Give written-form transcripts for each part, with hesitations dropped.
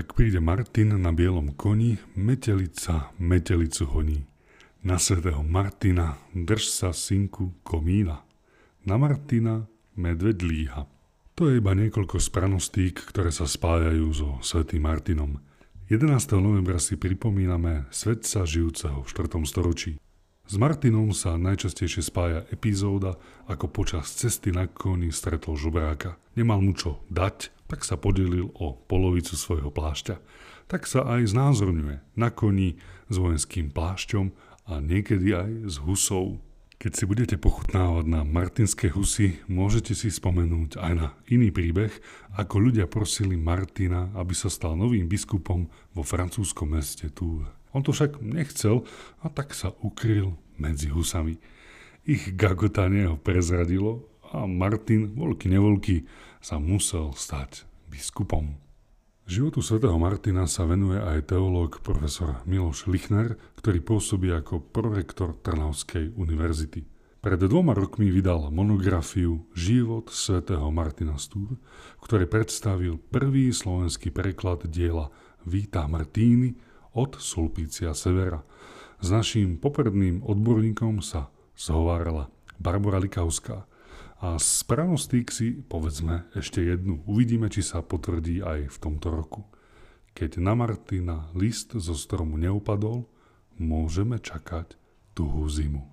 Ak príde Martin na bielom koni, metelica metelicu honí. Na svätého Martina drž sa, synku, komína. Na Martina medveď líha. To je iba niekoľko spranostík, ktoré sa spájajú so svätým Martinom. 11. novembra si pripomíname svätca žijúceho v 4. storočí. S Martinom sa najčastejšie spája epizóda, ako počas cesty na koni stretol žobráka. Nemal mu čo dať, tak sa podelil o polovicu svojho plášťa. Tak sa aj znázorňuje na koni s vojenským plášťom a niekedy aj s husou. Keď si budete pochutnávať na martinské husy, môžete si spomenúť aj na iný príbeh, ako ľudia prosili Martina, aby sa stal novým biskupom vo francúzskom meste Tours. On to však nechcel a tak sa ukryl medzi husami. Ich gagotanie ho prezradilo a Martin, voľky nevoľky, sa musel stať biskupom. Životu svätého Martina sa venuje aj teológ profesor Miloš Lichner, ktorý pôsobí ako prorektor Trnavskej univerzity. Pred 2 rokmi vydal monografiu Život svätého Martina z Tours, v ktorej predstavil prvý slovenský preklad diela Vita Martini od Sulpicia Severa. S naším popredným odborníkom sa zhovárala Barbora Likauská. A z pranostík si povedzme ešte jednu. Uvidíme, či sa potvrdí aj v tomto roku. Keď na Martina list zo stromu neupadol, môžeme čakať tuhú zimu.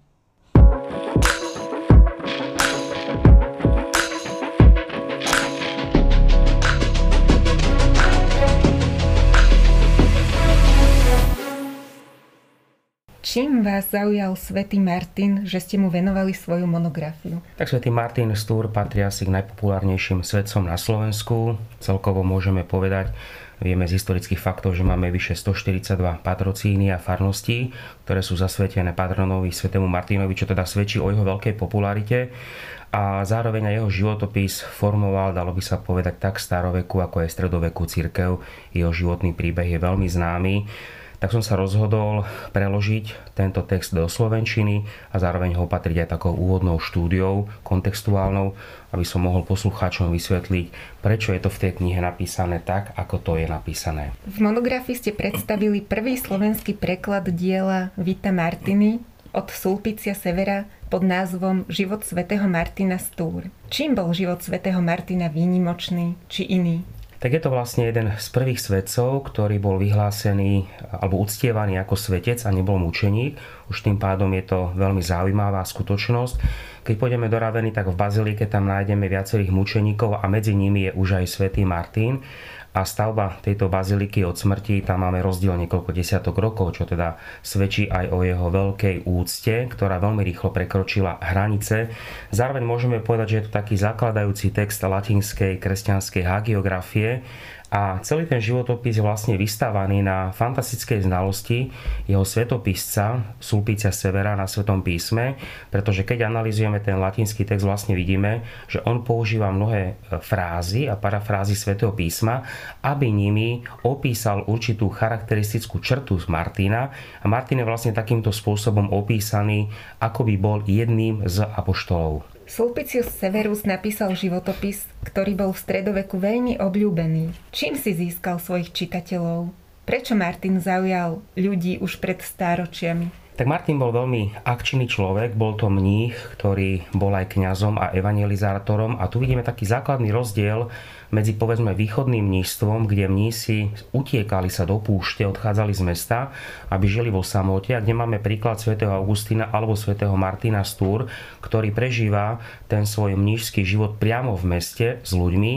Čím vás zaujal svätý Martin, že ste mu venovali svoju monografiu? Tak svätý Martin z Tours patrí asi k najpopulárnejším svätcom na Slovensku. Celkovo môžeme povedať, vieme z historických faktov, že máme vyše 142 patrocíny a farností, ktoré sú zasvetené patronovi svätému Martinovi, čo teda svedčí o jeho veľkej popularite. A zároveň aj jeho životopis formoval, dalo by sa povedať, tak staroveku, ako aj stredovekú cirkev. Jeho životný príbeh je veľmi známy. Tak som sa rozhodol preložiť tento text do slovenčiny a zároveň ho opatriť aj takou úvodnou štúdiou, kontextuálnou, aby som mohol poslucháčom vysvetliť, prečo je to v tej knihe napísané tak, ako to je napísané. V monografii ste predstavili prvý slovenský preklad diela Vita Martini od Sulpicia Severa pod názvom Život svätého Martina z Tours. Čím bol život svätého Martina výnimočný či iný? Tak je to vlastne jeden z prvých svätcov, ktorý bol vyhlásený alebo uctievaný ako svätec a nebol mučeník. Už tým pádom je to veľmi zaujímavá skutočnosť. Keď pôjdeme do Raveny, tak v bazilike tam nájdeme viacerých mučeníkov a medzi nimi je už aj svätý Martin. A stavba tejto baziliky od smrti, tam máme rozdiel niekoľko desiatok rokov, čo teda svedčí aj o jeho veľkej úcte, ktorá veľmi rýchlo prekročila hranice. Zároveň môžeme povedať, že je to taký zakladajúci text latinskej kresťanskej hagiografie a celý ten životopis je vlastne vystavaný na fantastickej znalosti jeho svetopisca Sulpicia Severa na Svetom písme, pretože keď analyzujeme ten latinský text, vlastne vidíme, že on používa mnohé frázy a parafrázy Svätého písma, aby nimi opísal určitú charakteristickú črtu z Martina a Martin je vlastne takýmto spôsobom opísaný, ako by bol jedným z apoštolov. Sulpicius Severus napísal životopis, ktorý bol v stredoveku veľmi obľúbený. Čím si získal svojich čitateľov? Prečo Martin zaujal ľudí už pred stáročiami? Tak Martin bol veľmi akčný človek, bol to mních, ktorý bol aj kňazom a evangelizátorom a tu vidíme taký základný rozdiel medzi povedzme východným mníštvom, kde mnísi utiekali sa do púšte, odchádzali z mesta, aby žili vo samote, a kde máme príklad svätého Augustína alebo svätého Martina z Tours, ktorý prežíva ten svoj mníšský život priamo v meste s ľuďmi.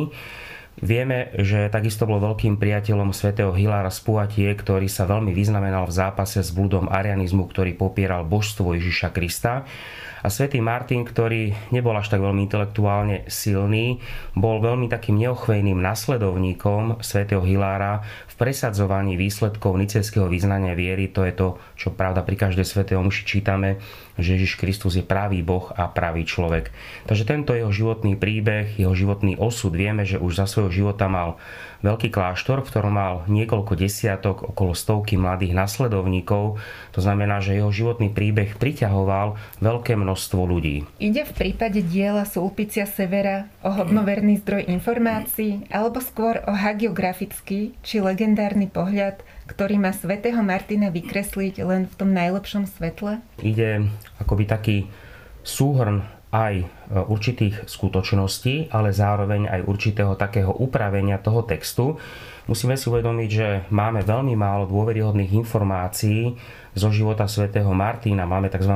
Vieme, že takisto bol veľkým priateľom svätého Hilára z Poitiers, ktorý sa veľmi vyznamenal v zápase s bludom arianizmu, ktorý popieral božstvo Ježiša Krista. A svätý Martin, ktorý nebol až tak veľmi intelektuálne silný, bol veľmi takým neochvejným nasledovníkom svätého Hilára v presadzovaní výsledkov nicejského vyznania viery. To je to, čo pravda pri každej svätej omši čítame, že Ježiš Kristus je pravý Boh a pravý človek. Takže tento jeho životný príbeh, jeho životný osud, vieme, že už za svojho života mal veľký kláštor, v ktorom mal niekoľko desiatok, okolo stovky mladých nasledovníkov. To znamená, že jeho životný príbeh priťahoval veľké množstvo množstvo ľudí. Ide v prípade diela Sulpicia Severa o hodnoverný zdroj informácií alebo skôr o hagiografický či legendárny pohľad, ktorý má svätého Martina vykresliť len v tom najlepšom svetle? Ide akoby taký súhrn aj určitých skutočností, ale zároveň aj určitého takého upravenia toho textu. Musíme si uvedomiť, že máme veľmi málo dôveryhodných informácií zo života svätého Martina. Máme tzv.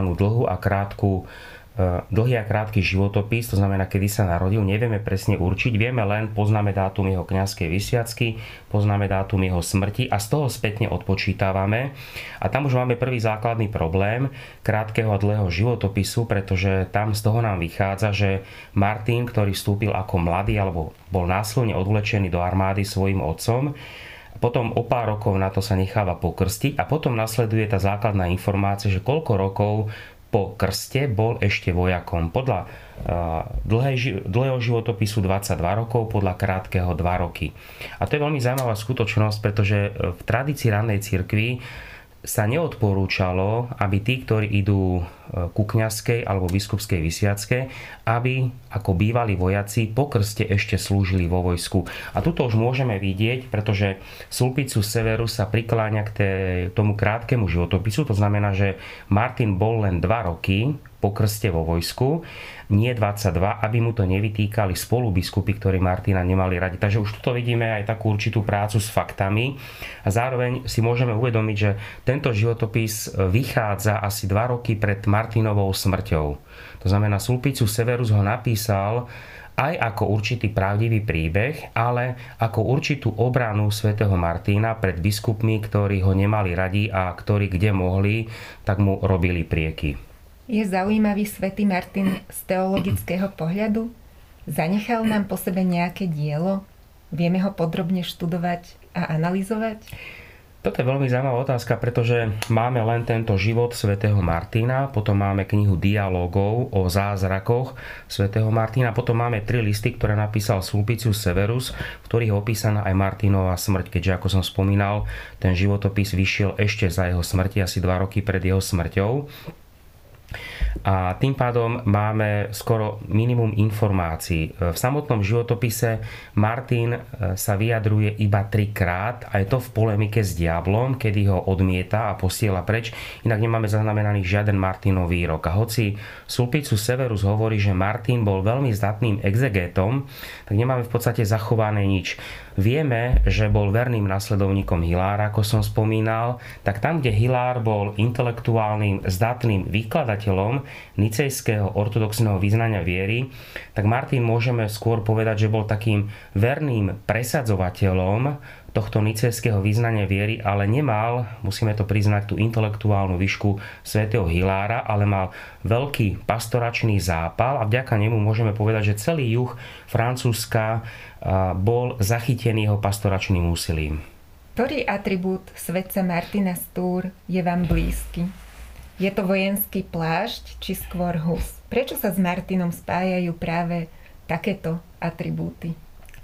Dlhý a krátky životopis, to znamená, kedy sa narodil, nevieme presne určiť, poznáme dátum jeho kňazskej vysviacky, poznáme dátum jeho smrti a z toho spätne odpočítavame. A tam už máme prvý základný problém krátkeho a dlhého životopisu, pretože tam z toho nám vychádza, že Martin, ktorý vstúpil ako mladý alebo bol následne odvlečený do armády svojim otcom, potom o pár rokov na to sa necháva pokrstiť a potom nasleduje tá základná informácia, že koľko rokov po krste bol ešte vojakom. Podľa dlhého životopisu 22 rokov, podľa krátkeho 2 roky. A to je veľmi zaujímavá skutočnosť, pretože v tradícii ranej cirkvi sa neodporúčalo, aby tí, ktorí idú ku kňazskej alebo biskupskej vysviacke, aby ako bývalí vojaci po krste ešte slúžili vo vojsku. A tuto už môžeme vidieť, pretože Sulpicius Severus sa prikláňa k tomu krátkemu životopisu, to znamená, že Martin bol len 2 roky po krste vo vojsku, nie 22, aby mu to nevytýkali spolubiskupy, ktorí Martina nemali radi. Takže už tu vidíme aj takú určitú prácu s faktami a zároveň si môžeme uvedomiť, že tento životopis vychádza asi 2 roky pred Martinovou smrťou. To znamená, Sulpicius Severus ho napísal aj ako určitý pravdivý príbeh, ale ako určitú obranu svätého Martina pred biskupmi, ktorí ho nemali radi a ktorí kde mohli, tak mu robili prieky. Je zaujímavý svätý Martin z teologického pohľadu? Zanechal nám po sebe nejaké dielo? Vieme ho podrobne študovať a analyzovať? Toto je veľmi zaujímavá otázka, pretože máme len tento život svätého Martina, potom máme knihu dialógov o zázrakoch svätého Martina, potom máme 3 listy, ktoré napísal Sulpicius Severus, v ktorých je opísaná aj Martinova smrť, keďže, ako som spomínal, ten životopis vyšiel ešte za jeho smrti, asi 2 roky pred jeho smrťou. A tým pádom máme skoro minimum informácií. V samotnom životopise Martin sa vyjadruje iba 3-krát a je to v polemike s diablom, kedy ho odmieta a posiela preč. Inak nemáme zaznamenaný žiaden Martinov výrok. A hoci Sulpicius Severus hovorí, že Martin bol veľmi zdatným exegétom, tak nemáme v podstate zachované nič. Vieme, že bol verným nasledovníkom Hilára, ako som spomínal, tak tam, kde Hilár bol intelektuálnym, zdatným výkladateľom nicejského ortodoxného vyznania viery, tak Martin môžeme skôr povedať, že bol takým verným presadzovateľom tohto nicejského vyznania viery, ale nemal, musíme to priznať, tú intelektuálnu výšku svätého Hilára, ale mal veľký pastoračný zápal a vďaka nemu môžeme povedať, že celý juh Francúzska bol zachytený jeho pastoračným úsilím. Ktorý atribút svätca Martina z Tours je vám blízky? Je to vojenský plášť či skôr hus? Prečo sa s Martinom spájajú práve takéto atribúty?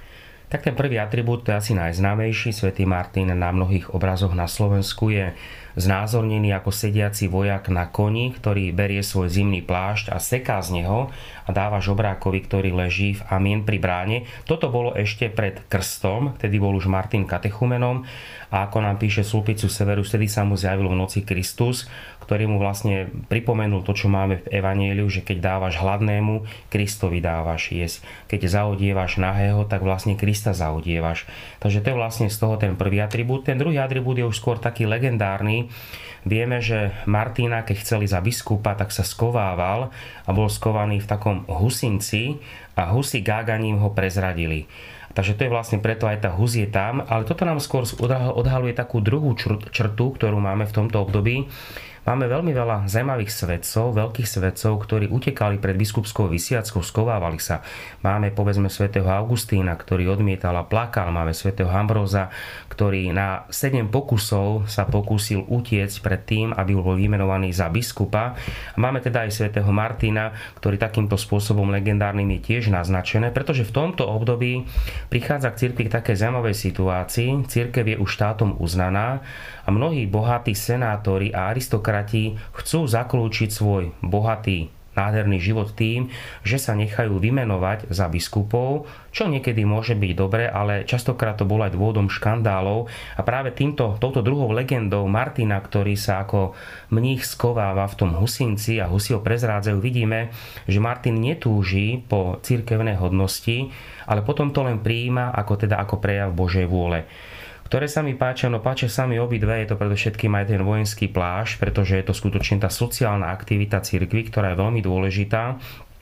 Tak ten prvý atribút, to je asi najznámejší. Svätý Martin na mnohých obrazoch na Slovensku je znázornený ako sediaci vojak na koni, ktorý berie svoj zimný plášť a seká z neho a dáva žobrákovi, ktorý leží v Amien pri bráne. Toto bolo ešte pred krstom, vtedy bol už Martin katechumenom a ako nám píše Sulpicius Severus, vtedy sa mu zjavil v noci Kristus, ktorý mu vlastne pripomenul to, čo máme v Evanjeliu, že keď dávaš hladnému, Kristovi dávaš jesť. Keď zaodievaš nahého, tak vlastne Krista zaodievaš. Takže to je vlastne z toho ten prvý atribút. Ten druhý atribút je už skôr taký legendárny. Vieme, že Martina, keď chceli za biskupa, tak sa skovával a bol skovaný v takom husinci a husi gáganím ho prezradili. Takže to je vlastne preto aj tá hus je tam, ale toto nám skôr odhaluje takú druhú črtu, ktorú máme v tomto období. Máme veľmi veľa zaujímavých svedcov, veľkých svedcov, ktorí utekali pred biskupskou vysviackou, skovávali sa. Máme povedzme svätého Augustína, ktorý odmietal a plakal. Máme svätého Ambróza, ktorý na 7 pokusov sa pokúsil utiecť pred tým, aby bol vymenovaný za biskupa. A máme teda aj svätého Martina, ktorý takýmto spôsobom legendárnym je tiež naznačené, pretože v tomto období prichádza k cirkvi k takej zaujímavej situácii. Cirkev je už štátom uznaná a mnohí bohatí senátori a aristokrati chcú zaklúčiť svoj bohatý nádherný život tým, že sa nechajú vymenovať za biskupov, čo niekedy môže byť dobre, ale častokrát to bolo aj dôvodom škandálov. A práve touto druhou legendou Martina, ktorý sa ako mních skováva v tom Husinci a Husi ho prezrádzajú, vidíme, že Martin netúži po cirkevnej hodnosti, ale potom to len prijíma ako prejav Božej vôle. Ktoré sa mi páčia, páčia sa mi obidve, je to predovšetkým aj ten vojenský plášť, pretože je to skutočne tá sociálna aktivita cirkvi, ktorá je veľmi dôležitá.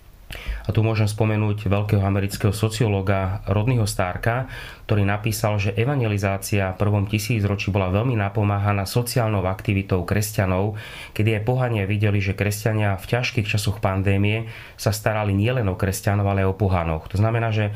A tu môžem spomenúť veľkého amerického sociológa Rodneyho Starka, ktorý napísal, že evangelizácia v prvom tisícročí bola veľmi napomáhaná sociálnou aktivitou kresťanov, kedy aj pohania videli, že kresťania v ťažkých časoch pandémie sa starali nielen o kresťanov, ale aj o pohanoch. To znamená, že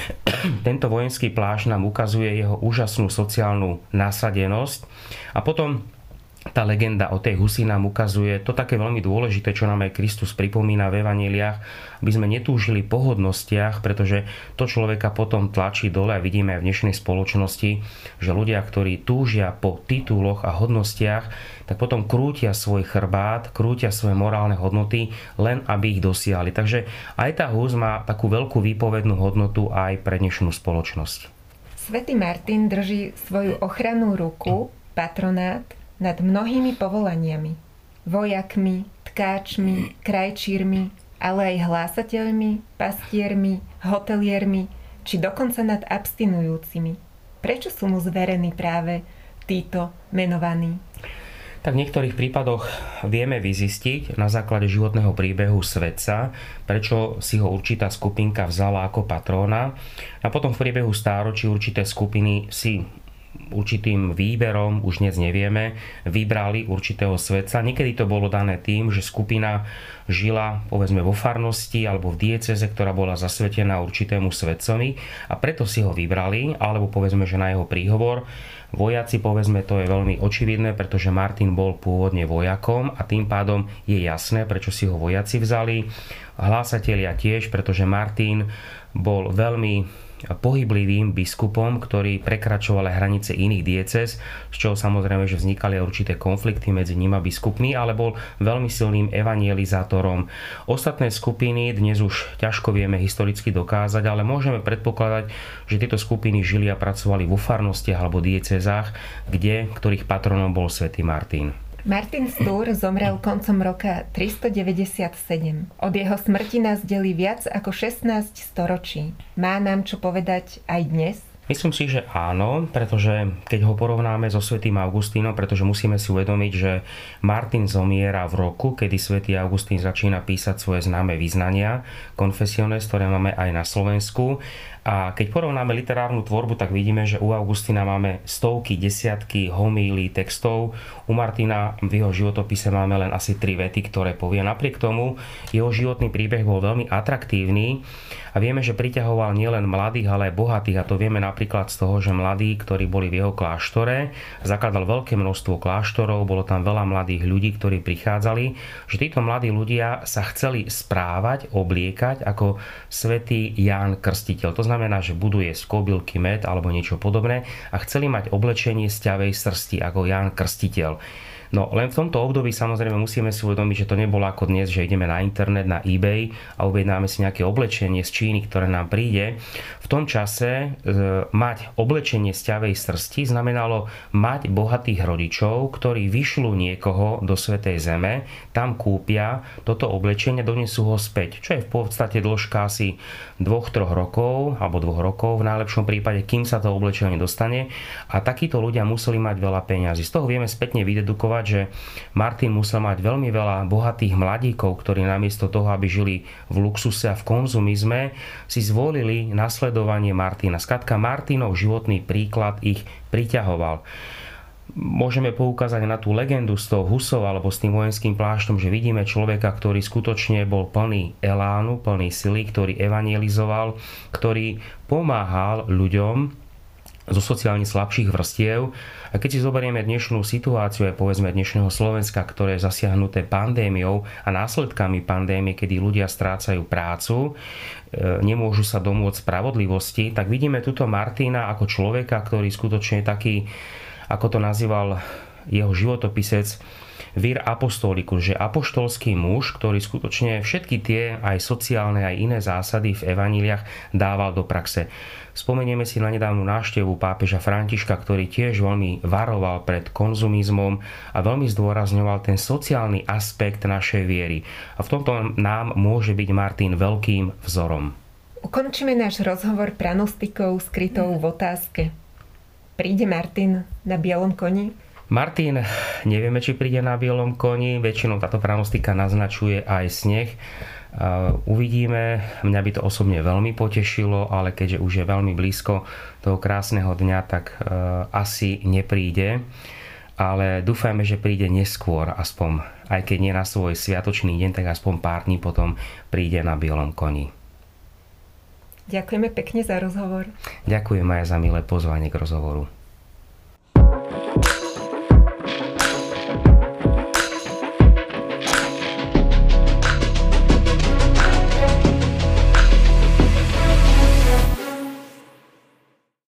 tento vojenský plášť nám ukazuje jeho úžasnú sociálnu nasadenosť. A potom tá legenda o tej husi nám ukazuje to také veľmi dôležité, čo nám aj Kristus pripomína v evanjeliách, aby sme netúžili po hodnostiach, pretože to človeka potom tlačí dole a vidíme aj v dnešnej spoločnosti, že ľudia, ktorí túžia po tituloch a hodnostiach, tak potom krútia svoj chrbát, krútia svoje morálne hodnoty, len aby ich dosiahli. Takže aj tá hus má takú veľkú výpovednú hodnotu aj pre dnešnú spoločnosť. Svätý Martin drží svoju ochrannú ruku, patronát, nad mnohými povolaniami. Vojakmi, tkáčmi, krajčírmi, ale aj hlásateľmi, pastiermi, hoteliermi, či dokonca nad abstinujúcimi. Prečo sú mu zverení práve títo menovaní? Tak v niektorých prípadoch vieme vyzistiť na základe životného príbehu svätca, prečo si ho určitá skupinka vzala ako patróna, a potom v priebehu stáročí určité skupiny si určitým výberom, už dnes nevieme, vybrali určitého svätca. Niekedy to bolo dané tým, že skupina žila povedzme vo farnosti alebo v diecéze, ktorá bola zasvetená určitému svätcovi, a preto si ho vybrali, alebo povedzme, že na jeho príhovor. Vojaci, povedzme, to je veľmi očividné, pretože Martin bol pôvodne vojakom a tým pádom je jasné, prečo si ho vojaci vzali. Hlásatelia tiež, pretože Martin bol veľmi pohyblivým biskupom, ktorý prekračoval aj hranice iných diecéz, z čoho samozrejme, že vznikali aj určité konflikty medzi ním a biskupmi, ale bol veľmi silným evangelizátorom. Ostatné skupiny dnes už ťažko vieme historicky dokázať, ale môžeme predpokladať, že tieto skupiny žili a pracovali vo farnostiach alebo diecézách, ktorých patronom bol svätý Martin. Martin z Tours zomrel koncom roka 397. Od jeho smrti nás delí viac ako 16 storočí. Má nám čo povedať aj dnes? Myslím si, že áno, pretože keď ho porovnáme so svätým Augustínom, pretože musíme si uvedomiť, že Martin zomiera v roku, kedy svätý Augustín začína písať svoje známe vyznania, Confessiones, ktoré máme aj na Slovensku. A keď porovnáme literárnu tvorbu, tak vidíme, že u Augustína máme stovky, desiatky homílií, textov. U Martina v jeho životopise máme len asi 3 vety, ktoré povie. Napriek tomu jeho životný príbeh bol veľmi atraktívny a vieme, že priťahoval nielen mladých, ale aj bohatých. A to vieme napríklad z toho, že mladí, ktorí boli v jeho kláštore, zakladal veľké množstvo kláštorov, bolo tam veľa mladých ľudí, ktorí prichádzali, že títo mladí ľudia sa chceli správať, obliekať ako svätý Ján Krstiteľ. To znamená, že budú jesť kobylky, med alebo niečo podobné a chceli mať oblečenie z ťavej srsti ako Ján Krstiteľ. No len v tomto období samozrejme musíme si uvedomiť, že to nebolo ako dnes, že ideme na internet, na eBay a objednáme si nejaké oblečenie z Číny, ktoré nám príde. V tom čase mať oblečenie z ťavej srsti znamenalo mať bohatých rodičov, ktorí vyšľú niekoho do Svätej Zeme, tam kúpia toto oblečenie, donesú ho späť, čo je v podstate dĺžka asi 2-3 rokov, alebo 2 rokov v najlepšom prípade, kým sa to oblečenie dostane, a takíto ľudia museli mať veľa peňazí. Z toho vieme spätne vydedukovať, že Martin musel mať veľmi veľa bohatých mladíkov, ktorí namiesto toho, aby žili v luxuse a v konzumizme, si zvolili nasledovanie Martina. Skrátka, Martinov životný príklad ich priťahoval. Môžeme poukázať na tú legendu s tou husou alebo s tým vojenským pláštom, že vidíme človeka, ktorý skutočne bol plný elánu, plný sily, ktorý evangelizoval, ktorý pomáhal ľuďom zo sociálne slabších vrstiev. A keď si zoberieme dnešnú situáciu, aj povedzme dnešného Slovenska, ktoré je zasiahnuté pandémiou a následkami pandémie, kedy ľudia strácajú prácu, nemôžu sa domôcť spravodlivosti, tak vidíme tuto Martina ako človeka, ktorý skutočne taký, ako to nazýval jeho životopisec Vir Apostolicus, že apoštolský muž, ktorý skutočne všetky tie aj sociálne, aj iné zásady v evaníliách dával do praxe. Spomenieme si na nedávnu návštevu pápeža Františka, ktorý tiež veľmi varoval pred konzumizmom a veľmi zdôrazňoval ten sociálny aspekt našej viery. A v tomto nám môže byť Martin veľkým vzorom. Ukončíme náš rozhovor pranostikou skrytou v otázke. Príde Martin na bielom koni? Martin, nevieme, či príde na bielom koni, väčšinou táto pranostika naznačuje aj sneh. Uvidíme, mňa by to osobne veľmi potešilo, ale keďže už je veľmi blízko toho krásneho dňa, tak asi nepríde. Ale dúfajme, že príde neskôr, aspoň, aj keď nie na svoj sviatočný deň, tak aspoň pár dní potom príde na bielom koni. Ďakujeme pekne za rozhovor. Ďakujem aj za milé pozvanie k rozhovoru.